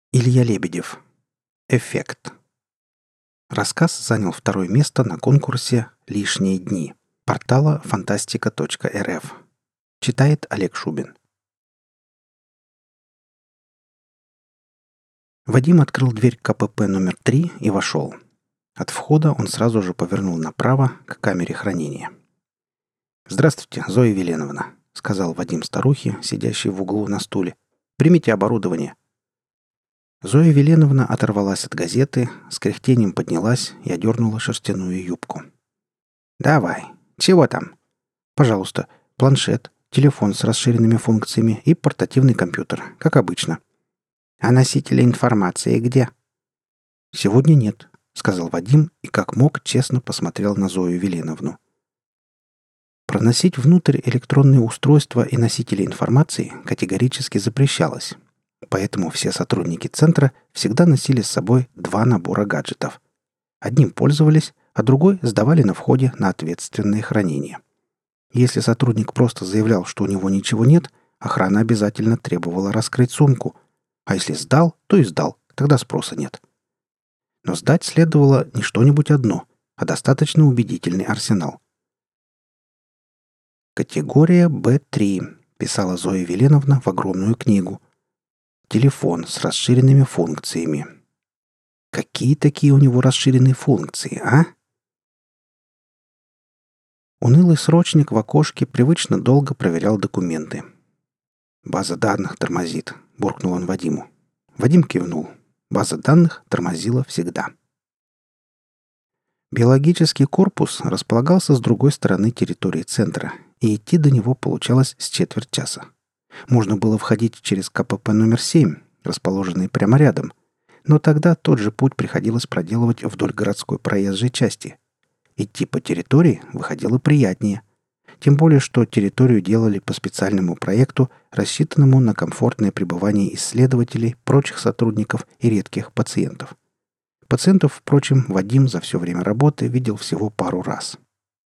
Илья Лебедев. Эффект. Рассказ занял второе место на конкурсе «Лишние дни» портала фантастика.рф. Читает Олег Шубин. Вадим открыл дверь КПП номер 3 и вошел. От входа он сразу же повернул направо к камере хранения. «Здравствуйте, Зоя Веленовна», — сказал Вадим старухе, сидящей в углу на стуле. «Примите оборудование». Зоя Веленовна оторвалась от газеты, с кряхтением поднялась и одернула шерстяную юбку. «Давай. Чего там?» «Пожалуйста, планшет, телефон с расширенными функциями и портативный компьютер, как обычно». «А носители информации где?» «Сегодня нет», — сказал Вадим и как мог честно посмотрел на Зою Веленовну. Проносить внутрь электронные устройства и носители информации категорически запрещалось. Поэтому все сотрудники центра всегда носили с собой 2 набора гаджетов. Одним пользовались, а другой сдавали на входе на ответственное хранение. Если сотрудник просто заявлял, что у него ничего нет, охрана обязательно требовала раскрыть сумку. А если сдал, то и сдал, тогда спроса нет. Но сдать следовало не что-нибудь одно, а достаточно убедительный арсенал. «Категория Б3», — писала Зоя Веленовна в огромную книгу. Телефон с расширенными функциями. Какие такие у него расширенные функции, а? Унылый срочник в окошке привычно долго проверял документы. «База данных тормозит», — буркнул он Вадиму. Вадим кивнул. База данных тормозила всегда. Биологический корпус располагался с другой стороны территории центра, и идти до него получалось с четверть часа. Можно было входить через КПП номер 7, расположенный прямо рядом, но тогда тот же путь приходилось проделывать вдоль городской проезжей части. Идти по территории выходило приятнее. Тем более, что территорию делали по специальному проекту, рассчитанному на комфортное пребывание исследователей, прочих сотрудников и редких пациентов. Пациентов, впрочем, Вадим за все время работы видел всего пару раз.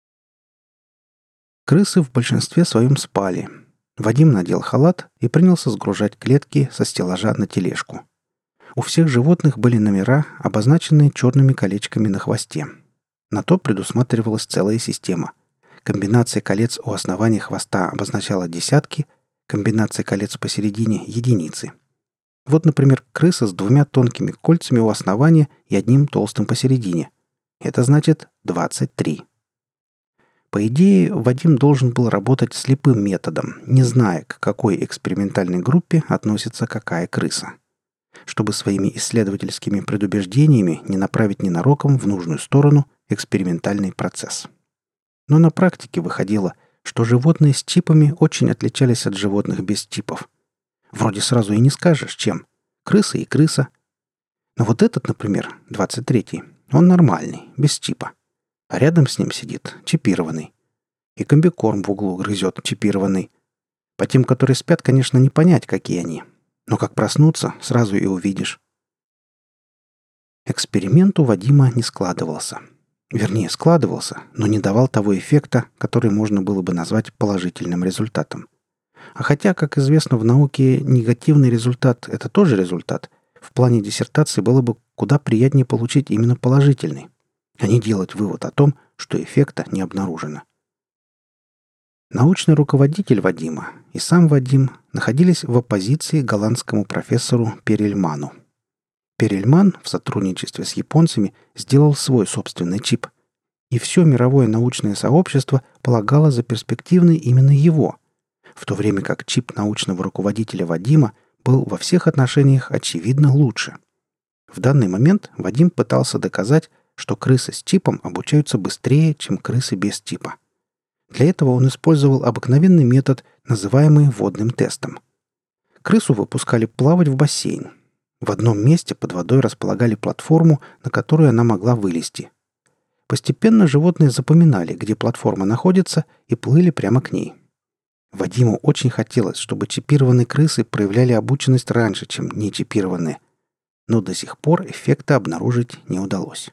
Крысы в большинстве своем спали. Вадим надел халат и принялся сгружать клетки со стеллажа на тележку. У всех животных были номера, обозначенные черными колечками на хвосте. На то предусматривалась целая система. Комбинация колец у основания хвоста обозначала десятки, комбинация колец посередине — единицы. Вот, например, крыса с 2 тонкими кольцами у основания и 1 толстым посередине. Это значит 23. По идее, Вадим должен был работать слепым методом, не зная, к какой экспериментальной группе относится какая крыса, чтобы своими исследовательскими предубеждениями не направить ненароком в нужную сторону экспериментальный процесс. Но на практике выходило, что животные с чипами очень отличались от животных без чипов. Вроде сразу и не скажешь, чем. Крыса и крыса. Но вот этот, например, 23-й, он нормальный, без чипа. А рядом с ним сидит чипированный. И комбикорм в углу грызет чипированный. По тем, которые спят, конечно, не понять, какие они. Но как проснуться, сразу и увидишь. Эксперимент у Вадима не складывался. Вернее, складывался, но не давал того эффекта, который можно было бы назвать положительным результатом. А хотя, как известно в науке, негативный результат – это тоже результат, в плане диссертации было бы куда приятнее получить именно положительный, а не делать вывод о том, что эффекта не обнаружено. Научный руководитель Вадима и сам Вадим находились в оппозиции голландскому профессору Перельману. Перельман в сотрудничестве с японцами сделал свой собственный чип, и все мировое научное сообщество полагало за перспективный именно его, в то время как чип научного руководителя Вадима был во всех отношениях очевидно лучше. В данный момент Вадим пытался доказать, что крысы с чипом обучаются быстрее, чем крысы без чипа. Для этого он использовал обыкновенный метод, называемый водным тестом. Крысу выпускали плавать в бассейн. В одном месте под водой располагали платформу, на которую она могла вылезти. Постепенно животные запоминали, где платформа находится, и плыли прямо к ней. Вадиму очень хотелось, чтобы чипированные крысы проявляли обученность раньше, чем нечипированные, но до сих пор эффекта обнаружить не удалось.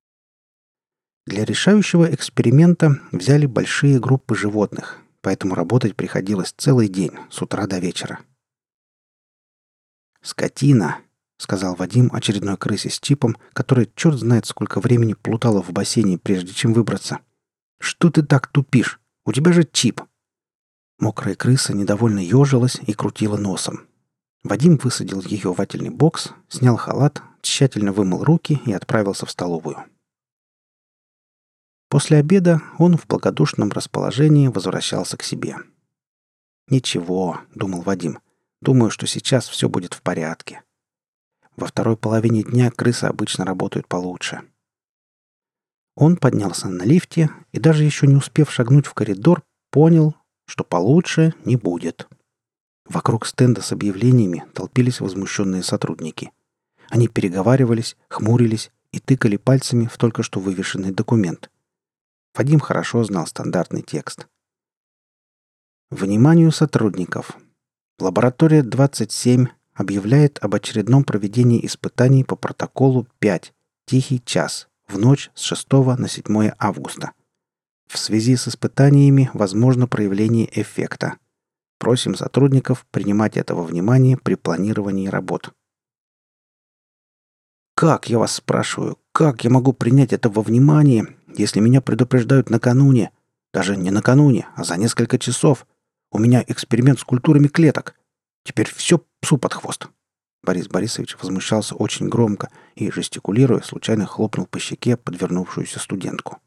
Для решающего эксперимента взяли большие группы животных, поэтому работать приходилось целый день, с утра до вечера. «Скотина!» сказал Вадим очередной крысе с чипом, которая черт знает сколько времени плутала в бассейне, прежде чем выбраться. «Что ты так тупишь? У тебя же чип!» Мокрая крыса недовольно ежилась и крутила носом. Вадим высадил ее в вательный бокс, снял халат, тщательно вымыл руки и отправился в столовую. После обеда он в благодушном расположении возвращался к себе. «Ничего», — думал Вадим, — «думаю, что сейчас все будет в порядке». Во второй половине дня крысы обычно работают получше. Он поднялся на лифте и даже еще не успев шагнуть в коридор, понял, что получше не будет. Вокруг стенда с объявлениями толпились возмущенные сотрудники. Они переговаривались, хмурились и тыкали пальцами в только что вывешенный документ. Вадим хорошо знал стандартный текст. Вниманию сотрудников. Лаборатория 27 объявляет об очередном проведении испытаний по протоколу 5 «Тихий час» в ночь с 6 на 7 августа. В связи с испытаниями возможно проявление эффекта. Просим сотрудников принимать это во внимание при планировании работ. Как, я вас спрашиваю, как я могу принять это во внимание, если меня предупреждают накануне? Даже не накануне, а за несколько часов. У меня эксперимент с культурами клеток. Теперь все псу под хвост. Борис Борисович возмущался очень громко и, жестикулируя, случайно хлопнул по щеке подвернувшуюся студентку.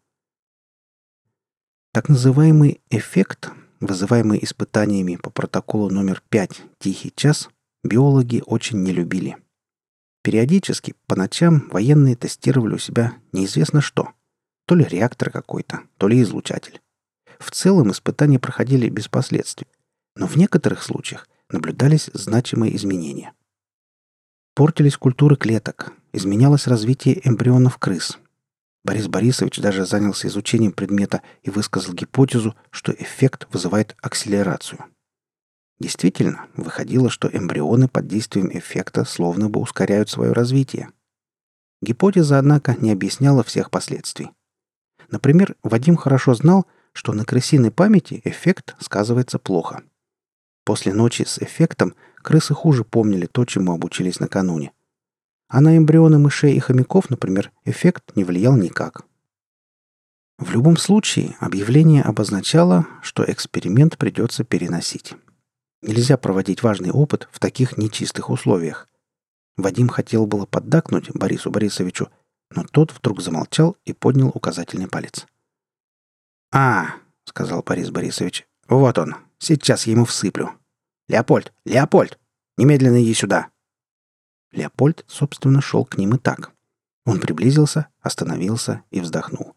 Так называемый эффект, вызываемый испытаниями по протоколу номер 5 «Тихий час», биологи очень не любили. Периодически, по ночам, военные тестировали у себя неизвестно что. То ли реактор какой-то, то ли излучатель. В целом испытания проходили без последствий, но в некоторых случаях наблюдались значимые изменения. Портились культуры клеток, изменялось развитие эмбрионов крыс. Борис Борисович даже занялся изучением предмета и высказал гипотезу, что эффект вызывает акселерацию. Действительно, выходило, что эмбрионы под действием эффекта словно бы ускоряют свое развитие. Гипотеза, однако, не объясняла всех последствий. Например, Вадим хорошо знал, что на крысиной памяти эффект сказывается плохо. После ночи с эффектом крысы хуже помнили то, чему обучились накануне. А на эмбрионы мышей и хомяков, например, эффект не влиял никак. В любом случае, объявление обозначало, что эксперимент придется переносить. Нельзя проводить важный опыт в таких нечистых условиях. Вадим хотел было поддакнуть Борису Борисовичу, но тот вдруг замолчал и поднял указательный палец. «А, — сказал Борис Борисович, — вот он, сейчас я ему всыплю. Леопольд, Леопольд, немедленно иди сюда!» Леопольд, собственно, шел к ним и так. Он приблизился, остановился и вздохнул.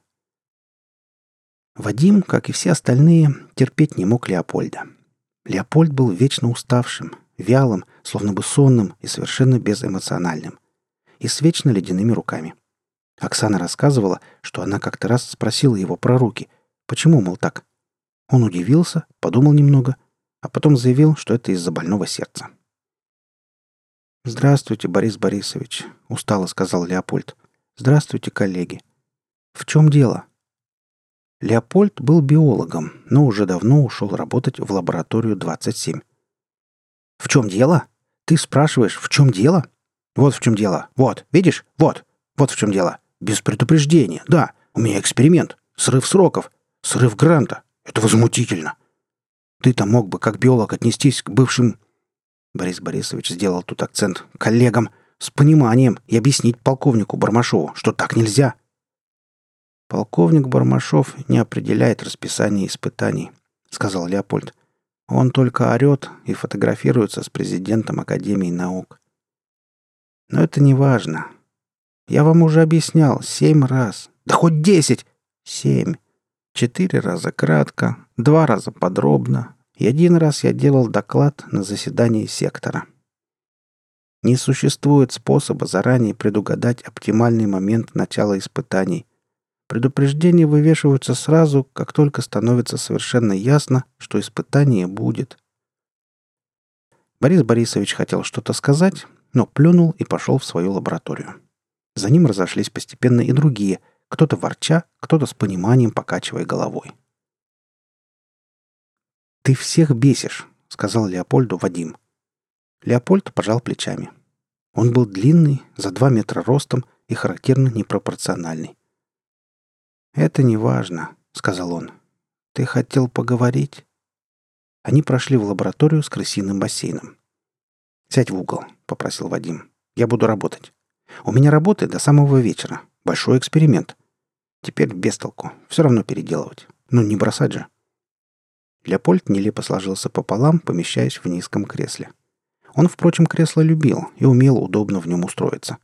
Вадим, как и все остальные, терпеть не мог Леопольда. Леопольд был вечно уставшим, вялым, словно бы сонным и совершенно безэмоциональным. И с вечно ледяными руками. Оксана рассказывала, что она как-то раз спросила его про руки. Почему, мол, так? Он удивился, подумал немного, а потом заявил, что это из-за больного сердца. «Здравствуйте, Борис Борисович», — устало сказал Леопольд. «Здравствуйте, коллеги. В чем дело?» Леопольд был биологом, но уже давно ушел работать в лабораторию 27. «В чем дело? Ты спрашиваешь, в чем дело? Вот в чем дело. Вот, видишь? Вот. Вот в чем дело. Без предупреждения. Да, у меня эксперимент. Срыв сроков. Срыв гранта. Это возмутительно. Ты-то мог бы, как биолог, отнестись к бывшим...» Борис Борисович сделал тут акцент коллегам с пониманием и объяснить полковнику Бармашову, что так нельзя. «Полковник Бармашов не определяет расписание испытаний», — сказал Леопольд. «Он только орет и фотографируется с президентом Академии наук. Но это не важно. Я вам уже объяснял 7 раз. Да хоть 10! 7. 4 раза кратко, 2 раза подробно, и 1 раз я делал доклад на заседании сектора. Не существует способа заранее предугадать оптимальный момент начала испытаний. Предупреждения вывешиваются сразу, как только становится совершенно ясно, что испытание будет». Борис Борисович хотел что-то сказать, но плюнул и пошел в свою лабораторию. За ним разошлись постепенно и другие, кто-то ворча, кто-то с пониманием покачивая головой. «Ты всех бесишь», — сказал Леопольду Вадим. Леопольд пожал плечами. Он был длинный, за 2 метра ростом и характерно непропорциональный. «Это не важно», — сказал он. «Ты хотел поговорить?» Они прошли в лабораторию с крысиным бассейном. «Сядь в угол», — попросил Вадим. «Я буду работать. У меня работы до самого вечера. Большой эксперимент. Теперь без толку. Все равно переделывать. Ну, не бросать же». Леопольд нелепо сложился пополам, помещаясь в низком кресле. Он, впрочем, кресло любил и умел удобно в нем устроиться.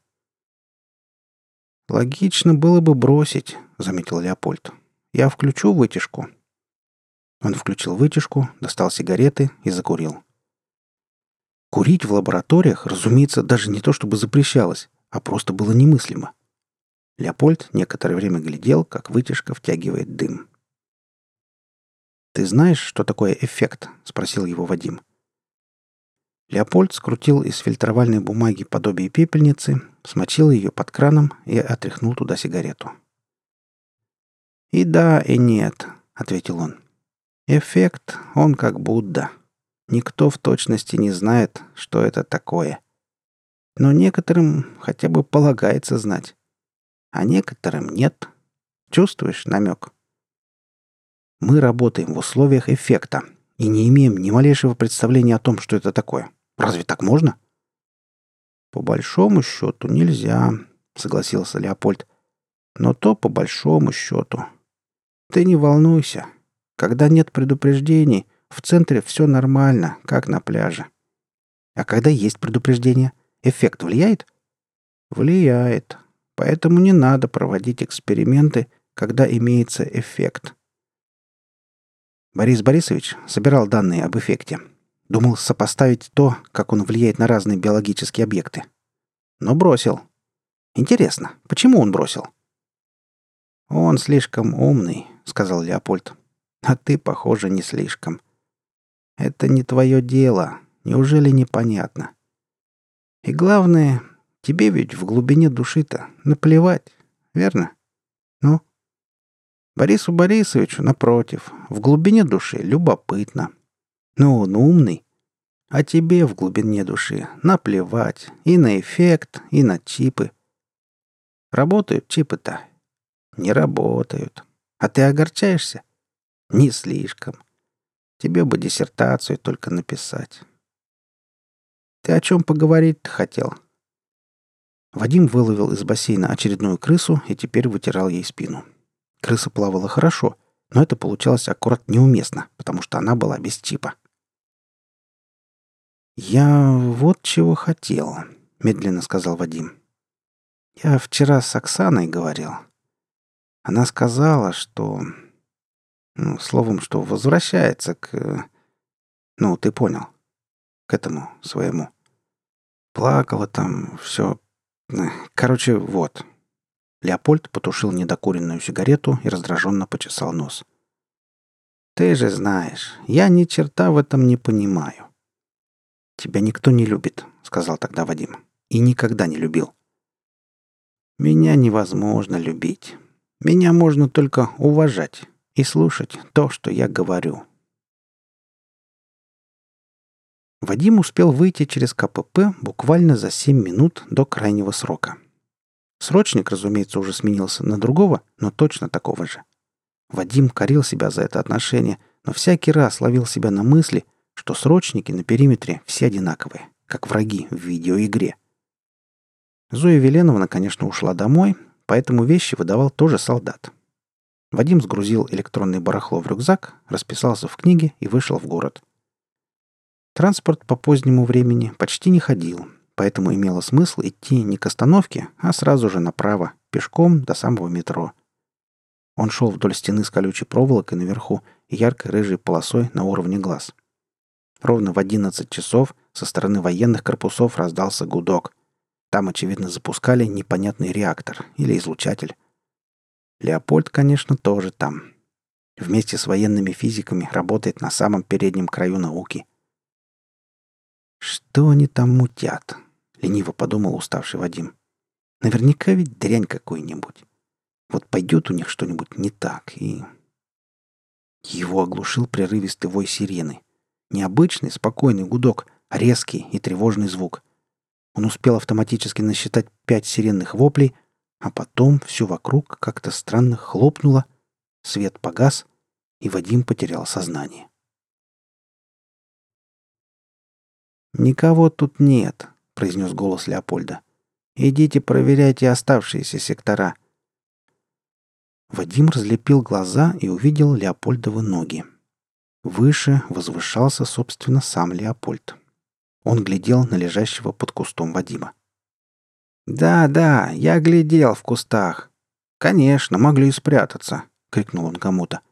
«Логично было бы бросить», — заметил Леопольд. «Я включу вытяжку». Он включил вытяжку, достал сигареты и закурил. Курить в лабораториях, разумеется, даже не то чтобы запрещалось, а просто было немыслимо. Леопольд некоторое время глядел, как вытяжка втягивает дым. «Ты знаешь, что такое эффект?» — спросил его Вадим. Леопольд скрутил из фильтровальной бумаги подобие пепельницы, смочил ее под краном и отряхнул туда сигарету. «И да, и нет», — ответил он. «Эффект, он как Будда. Никто в точности не знает, что это такое. Но некоторым хотя бы полагается знать. А некоторым нет. Чувствуешь намек?» Мы работаем в условиях эффекта и не имеем ни малейшего представления о том, что это такое. Разве так можно? По большому счету нельзя, согласился Леопольд. Но то по большому счету. Ты не волнуйся. Когда нет предупреждений, в центре все нормально, как на пляже. А когда есть предупреждение, эффект влияет? Влияет. Поэтому не надо проводить эксперименты, когда имеется эффект. Борис Борисович собирал данные об эффекте. Думал сопоставить то, как он влияет на разные биологические объекты. Но бросил. Интересно, почему он бросил? «Он слишком умный», — сказал Леопольд. «А ты, похоже, не слишком. Это не твое дело. Неужели непонятно? И главное, тебе ведь в глубине души-то наплевать, верно? Ну?» Борису Борисовичу, напротив, в глубине души любопытно. Ну, он умный. А тебе в глубине души наплевать и на эффект, и на чипы. Работают чипы-то? Не работают. А ты огорчаешься? Не слишком. Тебе бы диссертацию только написать. Ты о чем поговорить хотел? Вадим выловил из бассейна очередную крысу и теперь вытирал ей спину. Крыса плавала хорошо, но это получалось аккурат неуместно, потому что она была без чипа. «Я вот чего хотел», — медленно сказал Вадим. «Я вчера с Оксаной говорил. Она сказала, что... Ну, словом, что возвращается к... Ну, ты понял. К этому своему. Плакала там, все... Короче, вот». Леопольд потушил недокуренную сигарету и раздраженно почесал нос. «Ты же знаешь, я ни черта в этом не понимаю». «Тебя никто не любит», — сказал тогда Вадим. «И никогда не любил». «Меня невозможно любить. Меня можно только уважать и слушать то, что я говорю». Вадим успел выйти через КПП буквально за 7 минут до крайнего срока. Срочник, разумеется, уже сменился на другого, но точно такого же. Вадим корил себя за это отношение, но всякий раз ловил себя на мысли, что срочники на периметре все одинаковые, как враги в видеоигре. Зоя Веленовна, конечно, ушла домой, поэтому вещи выдавал тоже солдат. Вадим сгрузил электронное барахло в рюкзак, расписался в книге и вышел в город. Транспорт по позднему времени почти не ходил, поэтому имело смысл идти не к остановке, а сразу же направо, пешком до самого метро. Он шел вдоль стены с колючей проволокой наверху и яркой рыжей полосой на уровне глаз. Ровно в 11 часов со стороны военных корпусов раздался гудок. Там, очевидно, запускали непонятный реактор или излучатель. Леопольд, конечно, тоже там. Вместе с военными физиками работает на самом переднем краю науки. «Что они там мутят?» — лениво подумал уставший Вадим. «Наверняка ведь дрянь какой-нибудь. Вот пойдет у них что-нибудь не так, и...» Его оглушил прерывистый вой сирены. Необычный, спокойный гудок, а резкий и тревожный звук. Он успел автоматически насчитать 5 сиренных воплей, а потом все вокруг как-то странно хлопнуло, свет погас, и Вадим потерял сознание. «Никого тут нет», — произнес голос Леопольда. «Идите проверяйте оставшиеся сектора». Вадим разлепил глаза и увидел Леопольдовы ноги. Выше возвышался, собственно, сам Леопольд. Он глядел на лежащего под кустом Вадима. «Да, я глядел в кустах. Конечно, могли и спрятаться», — крикнул он кому-то.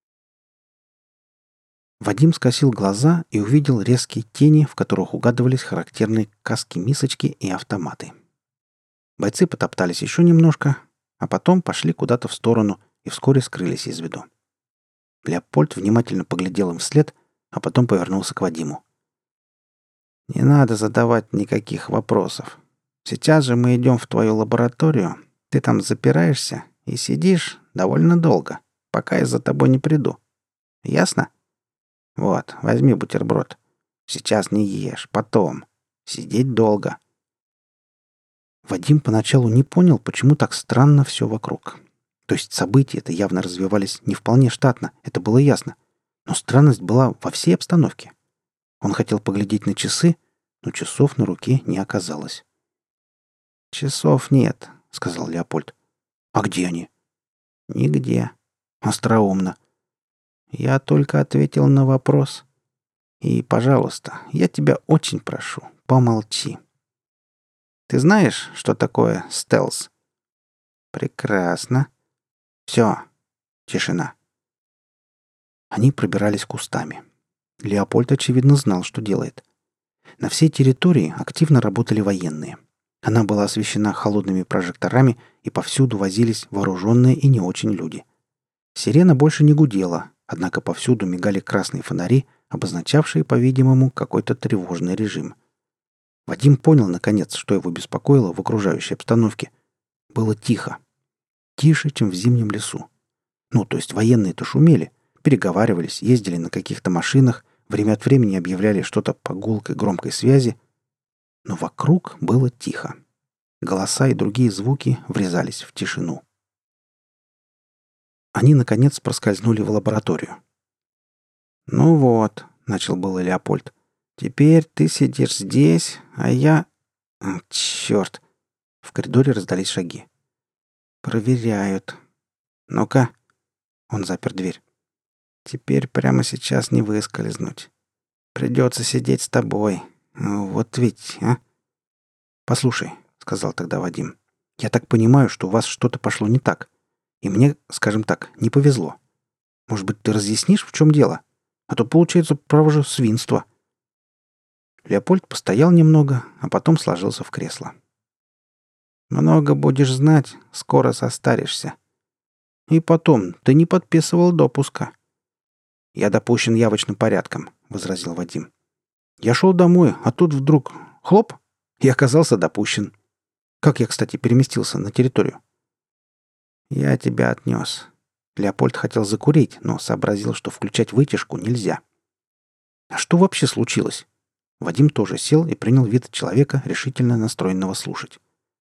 Вадим скосил глаза и увидел резкие тени, в которых угадывались характерные каски-мисочки и автоматы. Бойцы потоптались еще немножко, а потом пошли куда-то в сторону и вскоре скрылись из виду. Леопольд внимательно поглядел им вслед, а потом повернулся к Вадиму. «Не надо задавать никаких вопросов. Сейчас же мы идем в твою лабораторию. Ты там запираешься и сидишь довольно долго, пока я за тобой не приду. Ясно? Вот, возьми бутерброд. Сейчас не ешь, потом. Сидеть долго». Вадим поначалу не понял, почему так странно все вокруг. То есть события-то явно развивались не вполне штатно, это было ясно. Но странность была во всей обстановке. Он хотел поглядеть на часы, но часов на руке не оказалось. «Часов нет», — сказал Леопольд. «А где они?» «Нигде. Остроумно. Я только ответил на вопрос. И, пожалуйста, я тебя очень прошу, помолчи. Ты знаешь, что такое стелс?» «Прекрасно. Все. Тишина». Они пробирались кустами. Леопольд, очевидно, знал, что делает. На всей территории активно работали военные. Она была освещена холодными прожекторами, и повсюду возились вооруженные и не очень люди. Сирена больше не гудела, однако повсюду мигали красные фонари, обозначавшие, по-видимому, какой-то тревожный режим. Вадим понял, наконец, что его беспокоило в окружающей обстановке. Было тихо. Тише, чем в зимнем лесу. Ну, то есть военные-то шумели, переговаривались, ездили на каких-то машинах, время от времени объявляли что-то по гулкой громкой связи, но вокруг было тихо. Голоса и другие звуки врезались в тишину. Они, наконец, проскользнули в лабораторию. «Ну вот», — начал было Леопольд, — «теперь ты сидишь здесь, а я...» «Черт!» В коридоре раздались шаги. «Проверяют. Ну-ка». Он запер дверь. «Теперь прямо сейчас не выскользнуть. Придется сидеть с тобой. Вот ведь, а?» «Послушай», — сказал тогда Вадим, — «я так понимаю, что у вас что-то пошло не так. И мне, скажем так, не повезло. Может быть, ты разъяснишь, в чем дело? А то получается, право же, свинство». Леопольд постоял немного, а потом сложился в кресло. «Много будешь знать, скоро состаришься. И потом, ты не подписывал допуска». «Я допущен явочным порядком», — возразил Вадим. «Я шел домой, а тут вдруг хлоп, и оказался допущен. Как я, кстати, переместился на территорию?» «Я тебя отнес». Леопольд хотел закурить, но сообразил, что включать вытяжку нельзя. «А что вообще случилось?» Вадим тоже сел и принял вид человека, решительно настроенного слушать.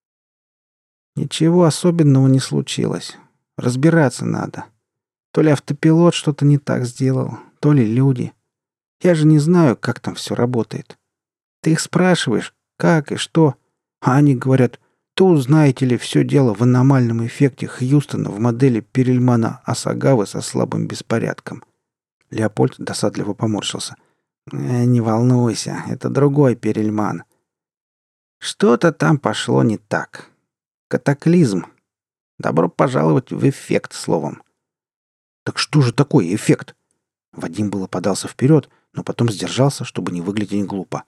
«Ничего особенного не случилось. Разбираться надо. То ли автопилот что-то не так сделал, то ли люди. Я же не знаю, как там все работает. Ты их спрашиваешь, как и что, а они говорят, то, знаете ли, все дело в аномальном эффекте Хьюстона в модели Перельмана-Асагавы со слабым беспорядком». Леопольд досадливо поморщился. «Не волнуйся, это другой Перельман. Что-то там пошло не так. Катаклизм. Добро пожаловать в эффект, словом». «Так что же такое эффект?» Вадим было подался вперед, но потом сдержался, чтобы не выглядеть глупо.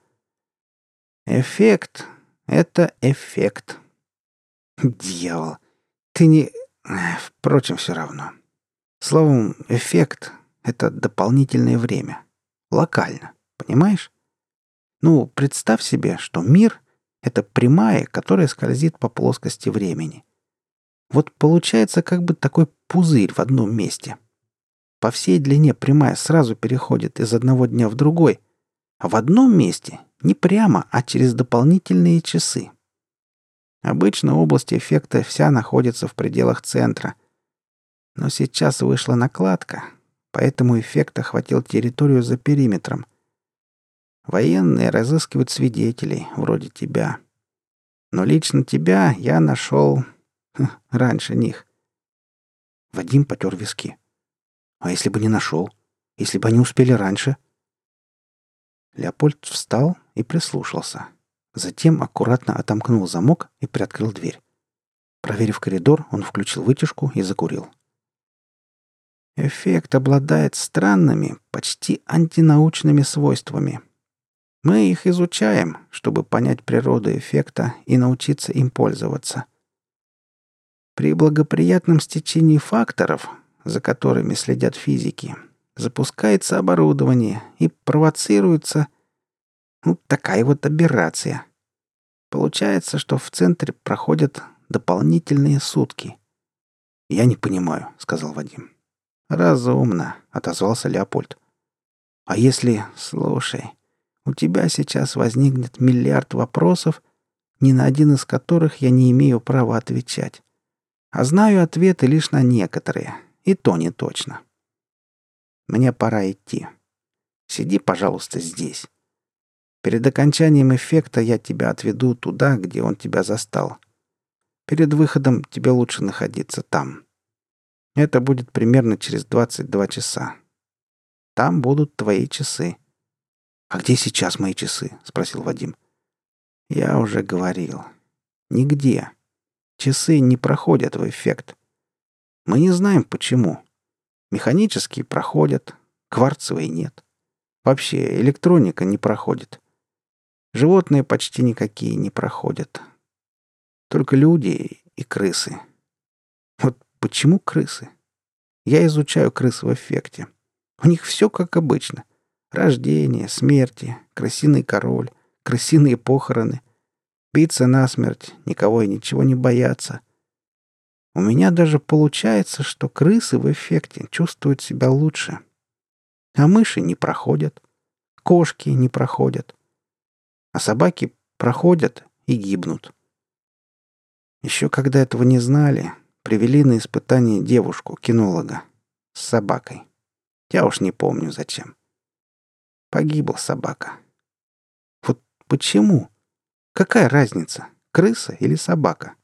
«Эффект — это эффект». «Дьявол! Ты не... Впрочем, все равно. Словом, эффект — это дополнительное время. Локально. Понимаешь? Ну, представь себе, что мир — это прямая, которая скользит по плоскости времени. Вот получается как бы такой пузырь в одном месте. По всей длине прямая сразу переходит из одного дня в другой, а в одном месте Не прямо, а через дополнительные часы. Обычно область эффекта вся находится в пределах центра. Но сейчас вышла накладка, поэтому эффект охватил территорию за периметром. Военные разыскивают свидетелей, вроде тебя. Но лично тебя я нашел раньше них. Вадим потер виски. А если бы не нашел? Если бы они успели раньше? Леопольд встал и прислушался. Затем аккуратно отомкнул замок и приоткрыл дверь. Проверив коридор, он включил вытяжку и закурил. Эффект обладает странными, почти антинаучными свойствами. Мы их изучаем, чтобы понять природу эффекта и научиться им пользоваться. При благоприятном стечении факторов, за которыми следят физики, запускается оборудование и провоцируется такая вот аберрация. Получается, что в центре проходят дополнительные сутки. «Я не понимаю», — сказал Вадим. «Разумно», — отозвался Леопольд. «А если... Слушай, у тебя сейчас возникнет миллиард вопросов, ни на один из которых я не имею права отвечать. А знаю ответы лишь на некоторые, и то не точно. Мне пора идти. Сиди, пожалуйста, здесь. Перед окончанием эффекта я тебя отведу туда, где он тебя застал. Перед выходом тебе лучше находиться там. Это будет примерно через 22 часа. Там будут твои часы». «А где сейчас мои часы?» — спросил Вадим. «Я уже говорил. Нигде. Часы не проходят в эффект. Мы не знаем, почему. Механические проходят, кварцевые нет. Вообще электроника не проходит. Животные почти никакие не проходят. Только люди и крысы. Вот почему крысы? Я изучаю крыс в эффекте. У них все как обычно. Рождение, смерти, крысиный король, крысиные похороны. Биться насмерть, никого и ничего не бояться. У меня даже получается, что крысы в эффекте чувствуют себя лучше. А мыши не проходят. Кошки не проходят. А собаки проходят и гибнут. Еще когда этого не знали, привели на испытание девушку, кинолога, с собакой. Я уж не помню зачем. Погибла собака. Вот почему? Какая разница, крыса или собака?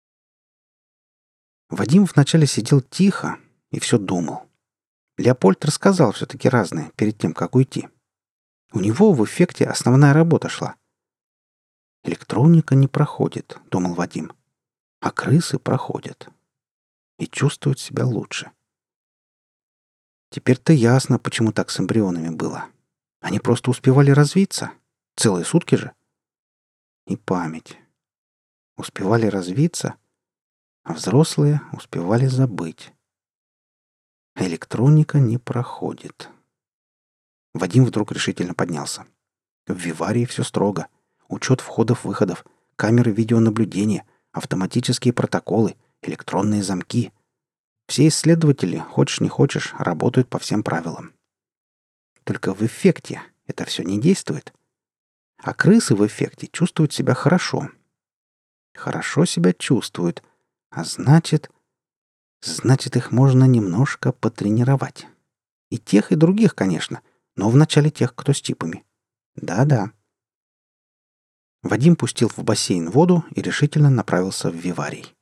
Вадим вначале сидел тихо и все думал. Леопольд рассказал все-таки разное перед тем, как уйти. У него в эффекте основная работа шла. «Электроника не проходит», — думал Вадим. «А крысы проходят. И чувствуют себя лучше». Теперь-то ясно, почему так с эмбрионами было. Они просто успевали развиться. Целые сутки же. И память. Успевали развиться, а взрослые успевали забыть. Электроника не проходит. Вадим вдруг решительно поднялся. В виварии все строго. Учет входов-выходов, камеры видеонаблюдения, автоматические протоколы, электронные замки. Все исследователи, хочешь не хочешь, работают по всем правилам. Только в эффекте это все не действует. А крысы в эффекте чувствуют себя хорошо. Хорошо себя чувствуют. А значит... Значит, их можно немножко потренировать. И тех, и других, конечно. Но вначале тех, кто с чипами. Да-да. Вадим пустил в бассейн воду и решительно направился в виварий.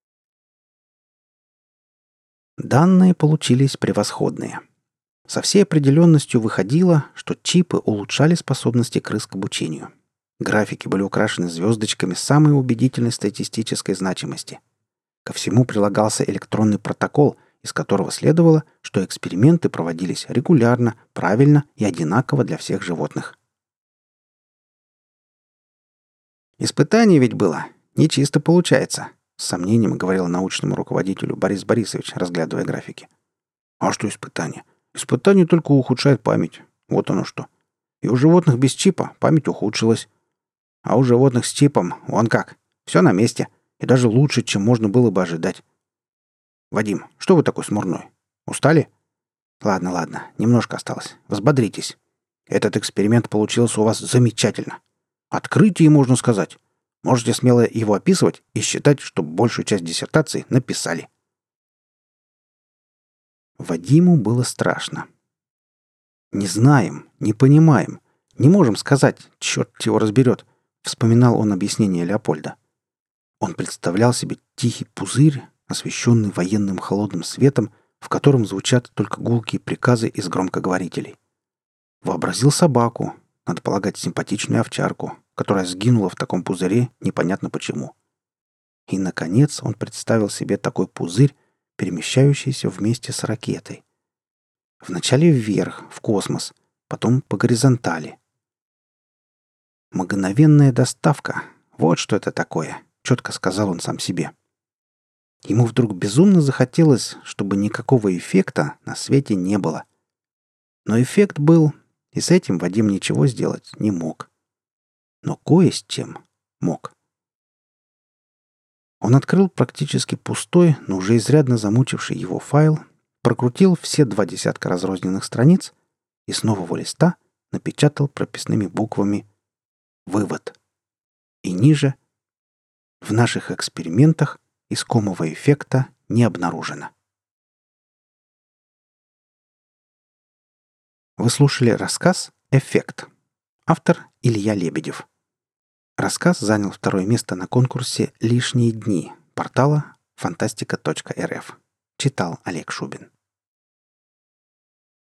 Данные получились превосходные. Со всей определенностью выходило, что чипы улучшали способности крыс к обучению. Графики были украшены звездочками самой убедительной статистической значимости. Ко всему прилагался электронный протокол, из которого следовало, что эксперименты проводились регулярно, правильно и одинаково для всех животных. «Испытание ведь было. Нечисто получается», — с сомнением говорил научному руководителю Борис Борисович, разглядывая графики. «А что испытание? Испытание только ухудшает память. Вот оно что. И у животных без чипа память ухудшилась. А у животных с чипом, вон как, все на месте. И даже лучше, чем можно было бы ожидать. Вадим, что вы такой смурной? Устали? Ладно, немножко осталось. Взбодритесь. Этот эксперимент получился у вас замечательно. Открытие, можно сказать. Можете смело его описывать и считать, что большую часть диссертации написали. Вадиму было страшно. «Не знаем, не понимаем, не можем сказать, черт его разберет», — вспоминал он объяснение Леопольда. Он представлял себе тихий пузырь, освещенный военным холодным светом, в котором звучат только гулкие приказы из громкоговорителей. Вообразил собаку, надо полагать, симпатичную овчарку, которая сгинула в таком пузыре непонятно почему. И, наконец, он представил себе такой пузырь, перемещающийся вместе с ракетой. Вначале вверх, в космос, потом по горизонтали. «Мгновенная доставка. Вот что это такое», — четко сказал он сам себе. Ему вдруг безумно захотелось, чтобы никакого эффекта на свете не было. Но эффект был, и с этим Вадим ничего сделать не мог. Но кое с чем мог. Он открыл практически пустой, но уже изрядно замучивший его файл, прокрутил все 20 разрозненных страниц и с нового листа напечатал прописными буквами «Вывод». И ниже «В наших экспериментах искомого эффекта не обнаружено». Вы слушали рассказ «Эффект». Автор Илья Лебедев. Рассказ занял второе место на конкурсе «Лишние дни» портала фантастика.рф. Читал Олег Шубин.